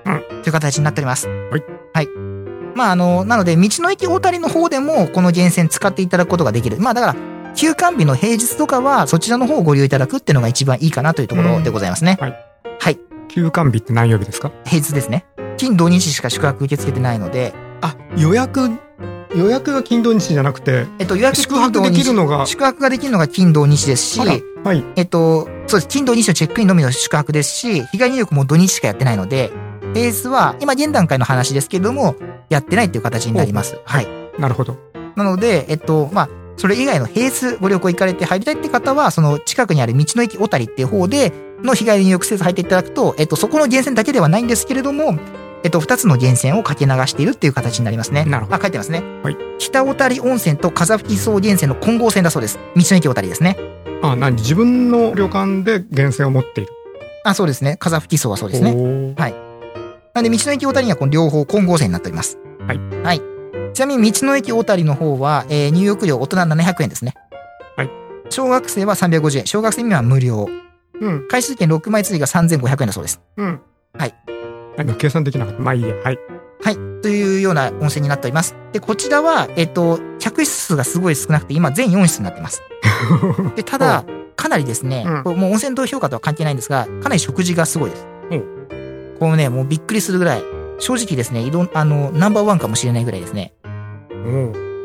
B: という形になっております。
C: はい。
B: はい。まあ、あの、なので、道の駅大谷の方でも、この源泉使っていただくことができる。まあ、だから、休館日の平日とかは、そちらの方をご利用いただくっていうのが一番いいかなというところでございますね。
C: はい。
B: はい。
C: 休館日って何曜日ですか？
B: 平日ですね。金土日しか宿泊受け付けてないので。
C: あ、予約、予約が金土日じゃなくて、
B: えっと、予約
C: 宿泊できるのが、
B: 宿泊ができるのが金土日ですし、
C: はい。
B: えっと、そうです。金土日のチェックインのみの宿泊ですし、日帰り入浴も土日しかやってないので、平日は、今現段階の話ですけれども、やってないっていう形になります。はい。
C: なるほど。
B: なので、えっと、まあ、それ以外の平日ご旅行行かれて入りたいって方は、その近くにある道の駅小谷っていう方での日帰り入浴施設入っていただくと、えっと、そこの源泉だけではないんですけれども、えっと、二つの源泉をかけ流しているっていう形になりますね。
C: なるほど。
B: あ、書いてますね。
C: はい。
B: 北小谷温泉と風吹層源泉の混合泉だそうです。道の駅小谷ですね。
C: あ、何？自分の旅館で源泉を持っている？
B: あ、そうですね。風吹層はそうですね。はい。なので、道の駅小谷にはこの両方混合泉になっております。
C: はい。
B: はい。ちなみに、道の駅小谷の方は、えー、入浴料大人ななひゃくえんですね。
C: はい。
B: 小学生はさんびゃくごじゅうえん。小学生未満は無料。
C: うん。
B: 回数券ろくまい追加さんぜんごひゃくえんだそうです。
C: うん。
B: はい。
C: 計算できなかった。まあいいや。はい。
B: はい。というような温泉になっております。で、こちらは、えっと、客室数がすごい少なくて、今全よん室になってます。で、ただ、かなりですね、うん、これもう温泉どう評価とは関係ないんですが、かなり食事がすごいです。うん。このね、もうびっくりするぐらい、正直ですね、いろん、あの、ナンバーワンかもしれないぐらいですね。うん。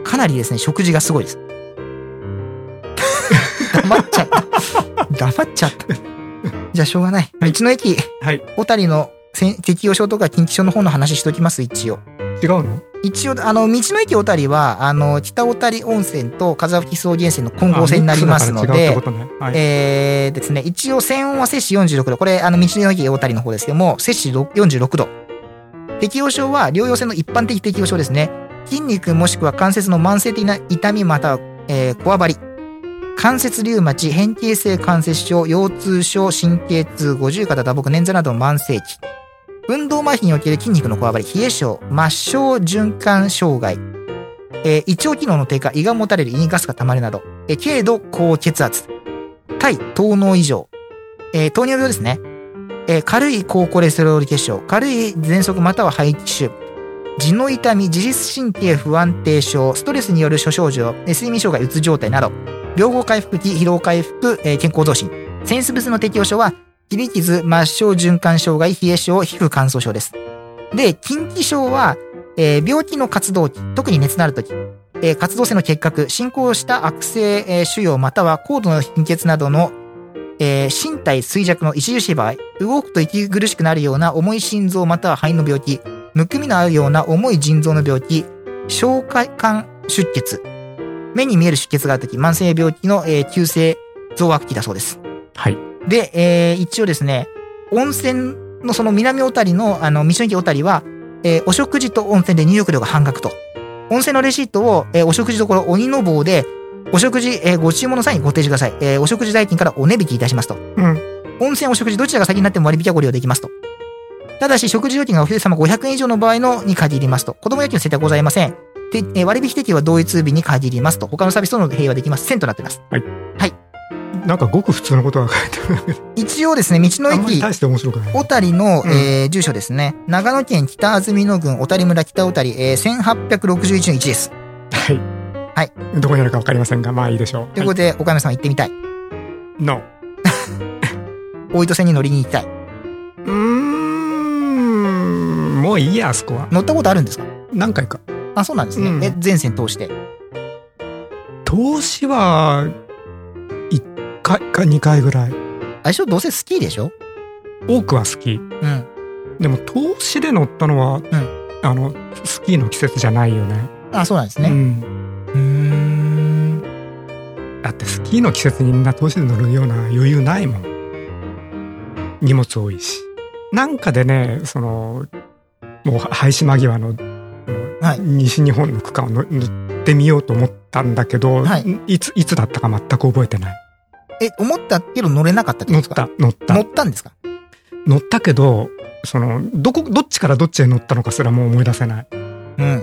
B: かなりですね、食事がすごいです。黙っちゃった。黙っちゃった。じゃあしょうがない。はい、道の駅、はい、小谷の適用症とか近畿症の方の話しときます、一応。
C: 違うの？
B: 一応、あの、道の駅小谷は、あの、北小谷温泉と風吹層源泉の混合泉になりますので、ねはい、えーですね、一応、泉温は摂氏よんじゅうろくど。これ、あの、道の駅小谷の方ですけども、摂氏よんじゅうろくど。適用症は、療養性の一般的適用症ですね。筋肉もしくは関節の慢性的な痛みまたは、えー、こわばり。関節リウマチ、変形性関節症、腰痛症、神経痛、五十肩、打撲、捻挫などの慢性期。運動麻痺における筋肉のこわばり、冷え症、末梢循環障害、えー、胃腸機能の低下、胃がもたれる、胃にガスが溜まるなど、えー、軽度高血圧、対糖脳異常、えー、糖尿病ですね、えー、軽い高コレステロール血症、軽い喘息または肺気腫、痔の痛み、自律神経不安定症、ストレスによる諸症状、睡眠障害、うつ状態など、病後回復期、疲労回復、えー、健康増進。センス物の適応症は、切り傷、末梢循環障害、冷え症、皮膚乾燥症です。で、近畿症は、えー、病気の活動期、特に熱のあるとき、えー、活動性の結核、進行した悪性、えー、腫瘍または高度の貧血などの、えー、身体衰弱の著しい場合、動くと息苦しくなるような重い心臓または肺の病気、むくみのあるような重い腎臓の病気、消化管出血、目に見える出血があるとき、慢性病気の、えー、急性増悪期だそうです。はい。で、えー、一応ですね、温泉のその南小谷の、あの、道の駅小谷は、えー、お食事と温泉で入浴料が半額と。温泉のレシートを、えー、お食事どころ鬼の棒で、お食事、えー、ご注文の際にご提示ください。えー、お食事代金からお値引きいたしますと。うん。温泉、お食事どちらが先になっても割引はご利用できますと。ただし、食事料金がお一人様ごひゃくえん以上の場合のに限りますと。子供料金の設定はございません。で、えー、割引適用は同一日に限りますと。他のサービスとの併用はできませんとなっています。はい。はい。
C: なんかごく普通のことが書いてある。
B: 一応ですね、道の駅、小谷の、うん、えー、住所ですね。長野県北安曇野郡小谷村北小谷、えー、せんはっぴゃくろくじゅういちのいちです。
C: はい。はい。どこにあるかわかりませんが、まあいいでしょう。
B: ということで、はい、岡山さん行ってみたい。
C: No。
B: 大糸線に乗りに行きたい。
C: うーん、もういいや、あそこは。
B: 乗ったことあるんですか？
C: 何回か。
B: あ、そうなんですね。うん、え、全線通して。
C: 通しは、いっかいかにかいぐらい。
B: あれでしょ、どうせスキーでしょ？
C: 多くはスキー。うん。でも、通しで乗ったのは、うん、あの、スキーの季節じゃないよね。
B: あ、そうなんですね。うん。うーん。
C: だってスキーの季節にみんな通しで乗るような余裕ないもん。荷物多いし。なんかでね、その、もう廃止間際の、はい、西日本の区間を乗ってみようと思ったんだけど、はい、いつ、いつだったか全く覚えてない。
B: え、思ったけど乗れなかったってことですか？
C: 乗った、乗った。
B: 乗ったんですか？
C: 乗ったけど、その、どこ、どっちからどっちへ乗ったのかすらもう思い出せない。うん。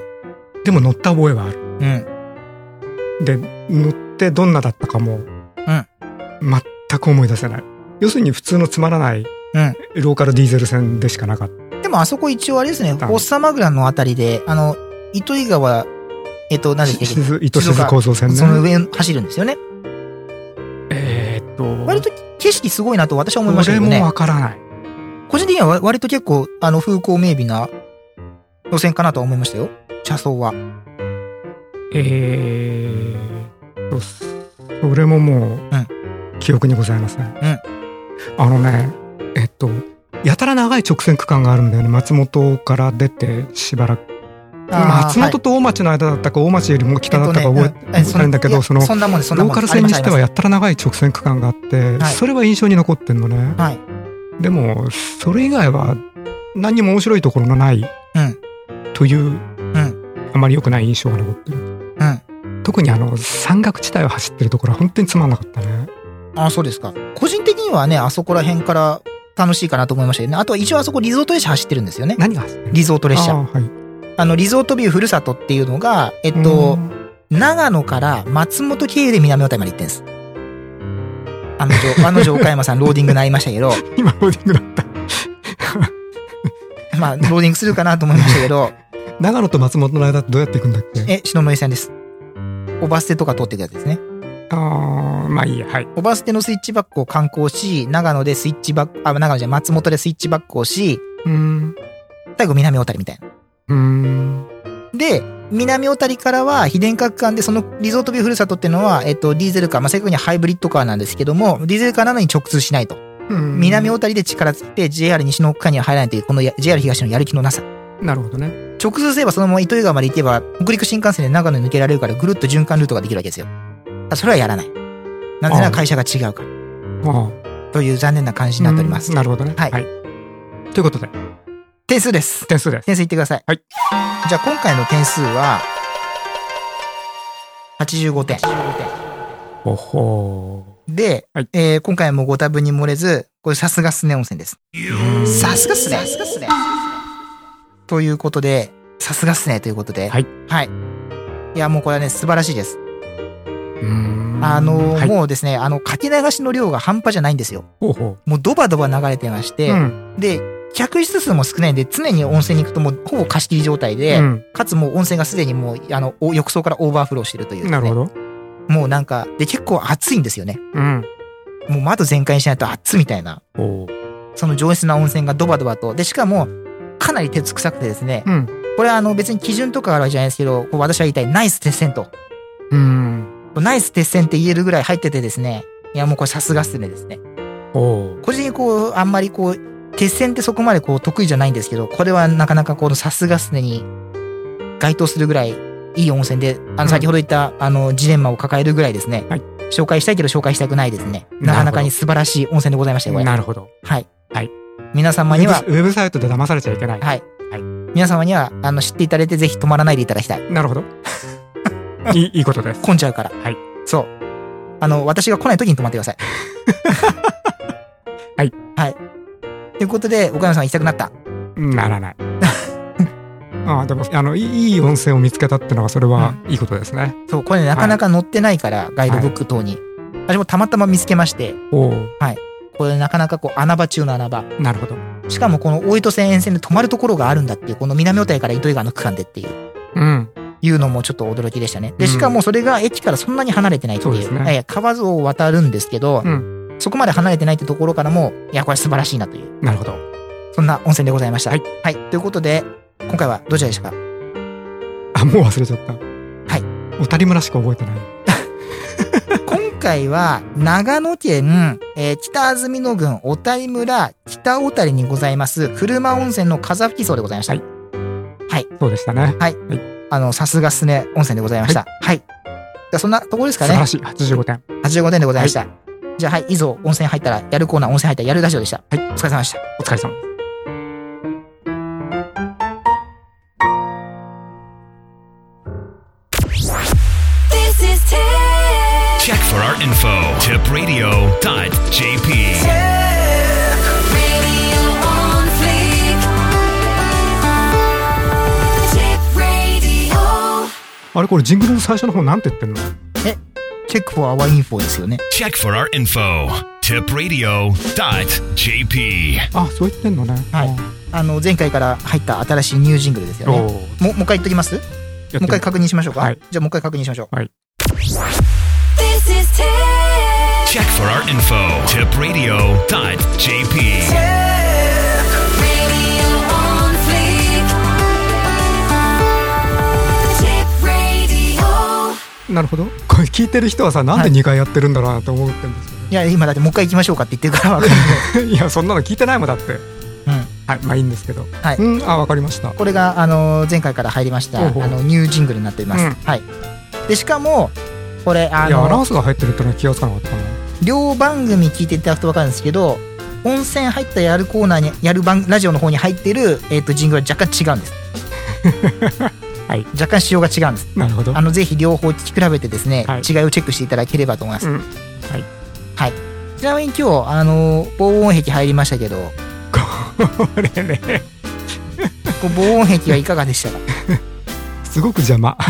C: でも乗った覚えはある。うん。で、乗ってどんなだったかも、うん。全く思い出せない。要するに普通のつまらない、うん。ローカルディーゼル線でしかなかった。
B: でもあそこ一応あれですね、フォッサマグラのあたりで、あの、糸魚川、えっと、何でしたっけ、
C: 糸静構造線ね。
B: その上走るんですよね。
C: えー、っと。
B: 割と景色すごいなと私は思いましたけどね。
C: それもわからない。
B: 個人的には割と結構、あの、風光明媚な路線かなと思いましたよ。車窓は。
C: えーと、それももう、記憶にございません。うん。あのね、えっと、やたら長い直線区間があるんだよね。松本から出てしばらく。松本と大町の間だったか、大町よりも北だったか覚えてないんだけど、その、ローカル線にしてはやったら長い直線区間があって、それは印象に残ってんのね。はい。でも、それ以外は何にも面白いところのない、という、あまり良くない印象が残ってる。うん。特にあの、山岳地帯を走ってるところは本当につまんなかったね。
B: ああ、そうですか。個人的にはね、あそこら辺から楽しいかなと思いましたよね。あとは一応あそこリゾート列車走ってるんですよね。
C: 何が走ってる？
B: リゾート列車。
C: あ、はい。
B: あの、リゾートビューふるさとっていうのが、えっと、長野から松本経由で南小谷まで行ってんです。あの女、あの女岡山さんローディングになりましたけど。
C: 今ローディングだった。
B: まあ、ローディングするかなと思いましたけど。
C: 長野と松本の間ってどうやって行くんだっけ？
B: え、篠ノ井線です。おバス停とか通っていくやつですね。
C: ああ、まあいいや、はい。
B: おバス停のスイッチバックを観光し、長野でスイッチバック、あ、長野じゃ松本でスイッチバックをし、
C: うん。
B: 最後南小谷みたいな。
C: うん。
B: で、南小谷からは、非電化区間で、そのリゾートビューふるさとっていうのは、えっと、ディーゼルカー、まあ、正確にはハイブリッドカーなんですけども、ディーゼルカーなのに直通しないと。うん。南小谷で力つけて、ジェイアール 西の区間には入らないという、この ジェイアール 東のやる気のなさ。
C: なるほどね。
B: 直通すればそのまま糸魚川まで行けば、北陸新幹線で長野に抜けられるから、ぐるっと循環ルートができるわけですよ。それはやらない。なぜなら会社が違うから。ああ。という残念な感じになっております。
C: なるほどね。はい。はい、ということで。
B: 点数です。
C: 点数です。
B: 点数言ってください。
C: はい。
B: じゃあ今回の点数は、はちじゅうごてん。
C: おほ
B: ー。で、はい、えー、今回もご多分に漏れず、これさすがスネ温泉です。さすがっすね。さすがっすね。ということで、さすがっすねということで。
C: はい。
B: はい。いや、もうこれはね、素晴らしいです。
C: うーん
B: あの、
C: はい、
B: もうですね、あの、かけ流しの量が半端じゃないんですよ。
C: ほうほ
B: う。もうドバドバ流れてまして、うん、で、客室数も少ないんで、常に温泉に行くともうほぼ貸し切り状態で、うん、かつもう温泉がすでにもう、あの、浴槽からオーバーフローしてるという、ね。
C: なるほど。
B: もうなんか、で、結構暑いんですよね。
C: うん。
B: もう窓全開にしないと暑みたいな。その上質な温泉がドバドバと。で、しかも、かなり鉄臭くてですね。うん、これはあの別に基準とかあるわけじゃないですけど、こう私は言いたいナイス鉄線と。
C: うん。
B: ナイス鉄線って言えるぐらい入っててですね。いやもうこれさすがっすねですね。個人的にこう、あんまりこう、鉄線ってそこまでこう得意じゃないんですけど、これはなかなかこのさすがっすねに該当するぐらいいい温泉で、あの先ほど言ったあのジレンマを抱えるぐらいですね。はい、紹介したいけど紹介したくないですね。なかなかに素晴らしい温泉でございましたよ、これ。
C: なるほど。
B: はい。
C: はい。
B: 皆様には
C: ウェブサイトで騙されちゃいけない。
B: はい。はい。皆様にはあの知っていただいてぜひ止まらないでいただきたい。
C: なるほど。いいいいことです。
B: 混んじゃうから。
C: はい。
B: そう。あの私が来ない時に止まってください。
C: はい。
B: はい。ということで岡山さん行きたくなった。
C: ならない。ああでもあのいい温泉を見つけたってのはそれはいいことですね。
B: うん、そうこれ、ね、なかなか載ってないから、はい、ガイドブック等に、はい、私もたまたま見つけまして。
C: お
B: はい。これなかなかこう穴場中の穴場。
C: なるほど。
B: しかもこの大糸線沿線で止まるところがあるんだっていう、この南小谷から糸魚川の区間でっていう。
C: うん。
B: いうのもちょっと驚きでしたね。で、しかもそれが駅からそんなに離れてないっていう。そうですね。いや川津を渡るんですけど、うん、そこまで離れてないってところからも、いや、これ素晴らしいなという。
C: なるほど。
B: そんな温泉でございました。
C: はい。
B: はい。ということで、今回はどちらでしたか？
C: あ、もう忘れちゃった。
B: はい。
C: 小谷村しか覚えてない。
B: 今回は長野県、えー、北安曇野郡小谷村北小谷にございます車温泉の風吹き荘でございました。はい。はい。
C: そうでしたね。
B: はい。はい、あの、さすがすね温泉でございました。はい。はい、じゃあそんなところですかね。
C: 素晴らしい。はちじゅうごてん。
B: はちじゅうごてんでございました。はい、じゃあはい、以上温泉入ったらやるコーナー、温泉入ったらやるラジオでした。はい。お疲れ様でした。
C: お疲れ様。
A: Check for our info. tip radio dot j p. Tip Radio.
C: あれこれジングルの最初の方なんて言ってんの？
B: え、Check for our info ですよね。
A: Check for our info. ティップラディオドットジェーピー。
C: あ、そう言ってんのね。
B: はい、あの前回から入った新しいニュージングルですよね。も, もう一回言っときます？もう一回確認しましょうか。はい、じゃあもう一回確認しましょう。はい、
A: Check for our info. ティップラディオドットジェーピー。
C: なるほど。これ聞いてる人はさ、なんでにかいやってるんだろうなと思ってるんですよね。
B: いや今だってもう一回行きましょうかって言ってるから分かる
C: いやそんなの聞いてないもんだって。うん、はい、まあいいんですけど。はい、うん、あ、分かりました。
B: これがあの前回から入りましたあのニュージングルになっております。うん、はい。でしかもこれあのいやアナウンスが入ってるってのは気がつかなかったかな。両番組聞いていただくと分かるんですけど、温泉入ったやるコーナーにやる番ラジオの方に入ってるえっとジングルは若干違うんです。はい、若干仕様が違うんです。なるほど。あのぜひ両方聞き比べてですね、はい、違いをチェックしていただければと思います。うん、はい、はい。ちなみに今日あの防音壁入りましたけど、これね、防音壁はいかがでしたか？
C: すごく邪魔。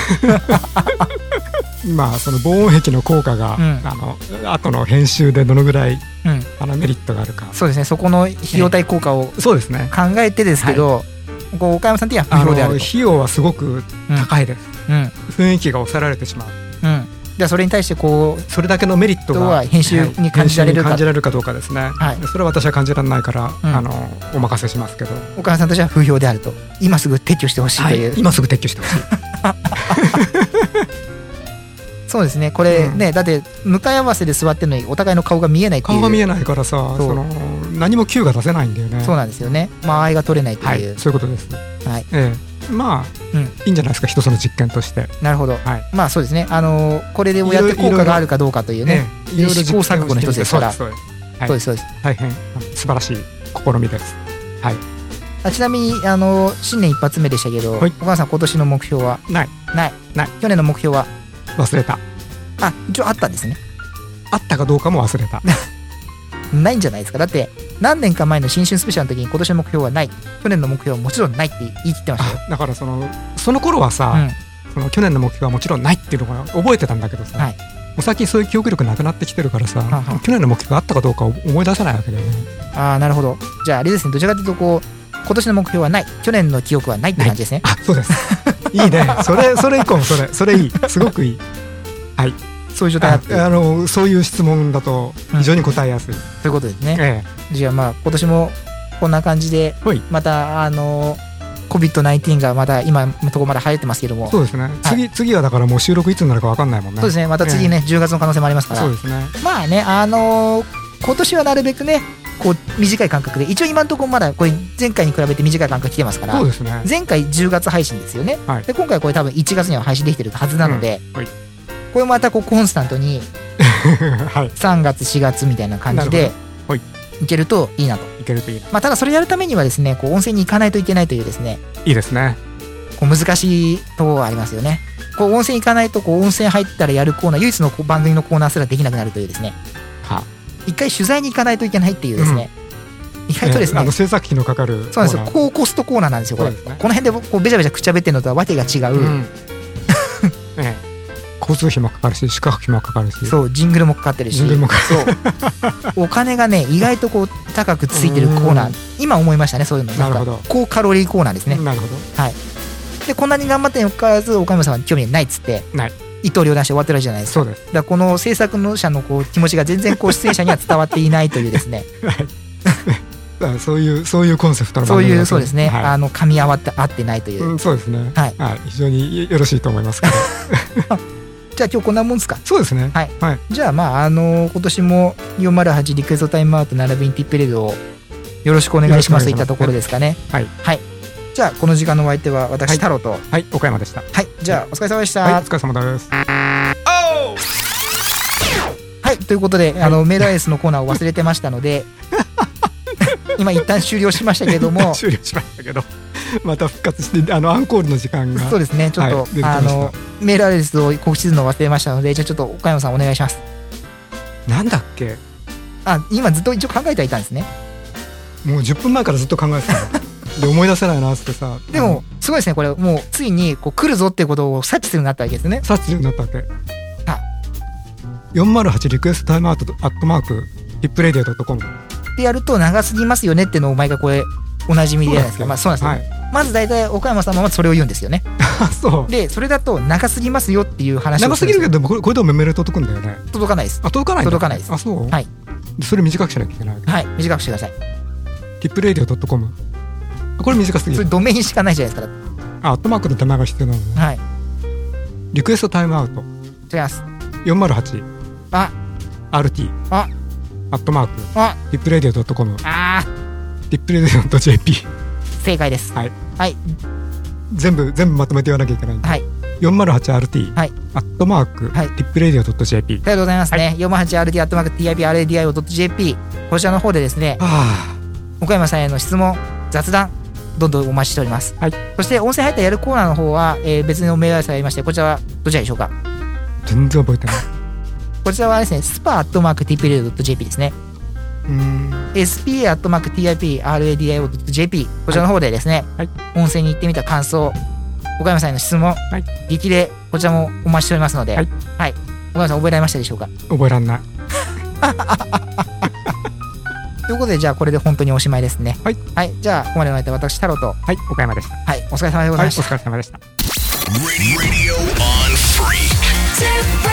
C: まあその防音壁の効果が、うん、あの後の編集でどのぐらい、うん、あのメリットがあるか。
B: そうですね。そこの費用対効果を、えー、そうですね。考えてですけど。はい、こう岡山さんってや不評であると。
C: 費用はすごく高いです。うん、雰囲気が抑えられてしまう。うん。じゃあそれに対してこうそれだけのメリットが編集に感じられるか、感じられるかどうかですね。はい。それは私は感じられないから、うん、あのお任せしますけど。
B: 岡山さんとしては不評であると。今すぐ撤去してほしいという、
C: はい。今すぐ撤去してほしい。
B: そうですね。これね、うん、だって向かい合わせで座ってるのにお互いの顔が見えないっていう。
C: 顔が見えないからさ、その何も Q が出せないんだよね。
B: そうなんですよね。間合いが取れないという、はい、
C: そういうことです。はい。ええ、まあ、うん、いいんじゃないですか、一つの実験として。
B: なるほど。はい、まあそうですね。あのー、これでやって効果があるかどうかというね、いろいろ試行錯誤の一つですから。そうですそうです。そうです。
C: 大変素晴らしい試みです。はい。
B: あ、ちなみにあのー、新年一発目でしたけど、はい、岡田さん今年の目標は
C: ない
B: ない
C: ない。
B: 去年の目標は
C: 忘れた。
B: あ、一応あったんですね。
C: あったかどうかも忘れた。
B: ないんじゃないですか。だって何年か前の新春スペシャルの時に今年の目標はない、去年の目標はもちろんないって言い切ってましたよ。
C: だからそのその頃はさ、うん、その去年の目標はもちろんないっていうのが覚えてたんだけどさ、はい、もう最近そういう記憶力なくなってきてるからさ、はは去年の目標があったかどうかを思い出せないわけだよね。
B: ああ、なるほど。じゃああれですね、どちらかというとこう今年の目標はない、去年の記憶はないって感じですね。
C: あ、そうです。いいね。それそれ以降それそれいい、すごくいい。はい。そういう状態あって、あのそういう質問だと非常に答えやすい、うん、
B: ということですね。ええ、じゃあまあ今年もこんな感じで、またあの コビッドナインティーン がまた今のところまだ流行ってますけども、
C: そうですね、はい、次, 次はだからもう収録いつになるか分かんないもんね。
B: そうですね、また次ね、ええ、じゅうがつの可能性もありますから。
C: そうですね。
B: まあね、あのー、今年はなるべくねこう短い間隔で、一応今のところまだこれ前回に比べて短い間隔来てますから。
C: そうですね。
B: 前回じゅうがつ配信ですよね、はい、で今回これ多分いちがつには配信できてるはずなので、うん、はい、これまたこうコンスタントにはい、さんがつしがつみたいな感じでいけるといいなと。
C: いけるといいな。
B: まあ、ただそれやるためにはですね、こう温泉に行かないといけないというですね、
C: いいですね、
B: こう難しいところがありますよね。こう温泉行かないとこう温泉入ったらやるコーナー、唯一のこう番組のコーナーすらできなくなるというですね、は一回取材に行かないといけないっていうですね、うん、意外とですね、
C: あの制作費のかかる、
B: そうなんですよ、高コストコーナーなんですよこれ。ですね、この辺でこうベチャベチャくちゃべってるのとはわけが違う、うん、
C: ええ、交通費もかかるし、宿泊費もかかるし、
B: そうジングルもかかってるし、ジングルもかかそうお金がね意外とこう高くついてるコーナー、今思いましたね。そういうのなんか高カロリーコーナーですね。
C: なるほど。
B: はい。でこんなに頑張ってにもかかわらず岡山さんは興味ないっつってない一刀両断して終わってるじゃないですか。
C: そうです。
B: だからこの制作の者のこう気持ちが全然こう出演者には伝わっていないというですね
C: はい、そういうそういうコンセプトの
B: 番組そういうそうですね、はい、あの噛み合わって合ってないという、
C: うん、そうですね、はいはい、非常によろしいと思いますけど
B: じゃあ今日こんなもんですか。
C: そうですね、
B: はい、はい、じゃあまああの今年もよんまるはちリクエストタイムアウト並びにティップレディをよろしくお願いしますといったところですかね。はい、はい、じゃあこの時間のお相手は私、はい、太郎と、
C: はい、岡山でした。
B: はい、じゃあお疲れ様でした。
C: はい、お疲れ様です。
B: はい、ということで、はい、あのメールアドレスのコーナーを忘れてましたので今一旦終了しましたけれども
C: 終了しましたけどまた復活してあのアンコールの時間が
B: そうですね、ちょっと、はい、あのメールアドレスを告知するのを忘れましたので、じゃあちょっと岡山さんお願いします。
C: なんだっけ。
B: あ、今ずっと一応考えてはいたんですね。
C: もうじゅっぷんまえからずっと考えてたので思い出せないなってさ。
B: でもすごいですね、これもうついにこう来るぞっていうことを察知するようになったわけですね。
C: 察知するようになったわけ。よんまるはちリクエストタイムアウトアットマークティップレディオドットコム
B: ってやると長すぎますよねってのを毎回これおなじみでやるんですけど、まあそうなんですよ、ね、はい、まず大体岡山さんはそれを言うんですよね。
C: そう
B: でそれだと長すぎますよっていう話をするんですよ。
C: 長すぎるけどこれこれでもメール届くんだよね。
B: 届かないです。
C: あ届かないんだ。
B: 届かないです。
C: あそう、
B: はい、
C: それ短くしなきゃいけない。
B: はい短くしてください。
C: ティップレディオドットコム これ短すぎる。
B: それドメインしかないじゃないですか。
C: あアットマークの手前が必要なのね。
B: はい。
C: リクエストタイムアウト
B: 違います。
C: よんまるはち
B: あ
C: アールティー
B: あ
C: アットマーク
B: あ
C: ティップレディオドットコム
B: あ
C: ティップレディオドットジェーピー
B: 正解です。
C: はい、
B: はい、
C: 全部全部まとめて言わなきゃいけないんで、
B: はい、
C: よんまるはちアールティー
B: はい、
C: アットマーク、はい、ティップレディオドットジェーピー
B: ありがとうございますね、はい、よんまるはちアールティー アットマーク ティーアイピーアールエーディーアイオードットジェーピー こちらの方でですね、はあ、岡山さんへの質問雑談どんどんお待ちしております、はい、そして音声入ったやるコーナーの方は、えー、別のメールアドレスがありまして、こちらはどちらでしょうか。
C: 全然覚えてない。
B: こちらはですね、スパアットマーク ティーピーレディオドットジェーピー ですね。
C: うーん
B: エスピーアットマーク ティーアイピーアールエーディーアイオードットジェーピー こちらの方でですね、はい、音声に行ってみた感想、岡山さんへの質問、はい、激励こちらもお待ちしておりますので、はい、はい、岡山さん覚えられましたでしょうか。
C: 覚えらんない。
B: ということで、じゃあこれで本当におしまいですね。はい、はい、じゃあここまでの間、私太郎と、
C: はい、岡山でした。
B: はい、お疲れ様でございました。
C: はい、お疲れ様でした。
A: Radio on Freak.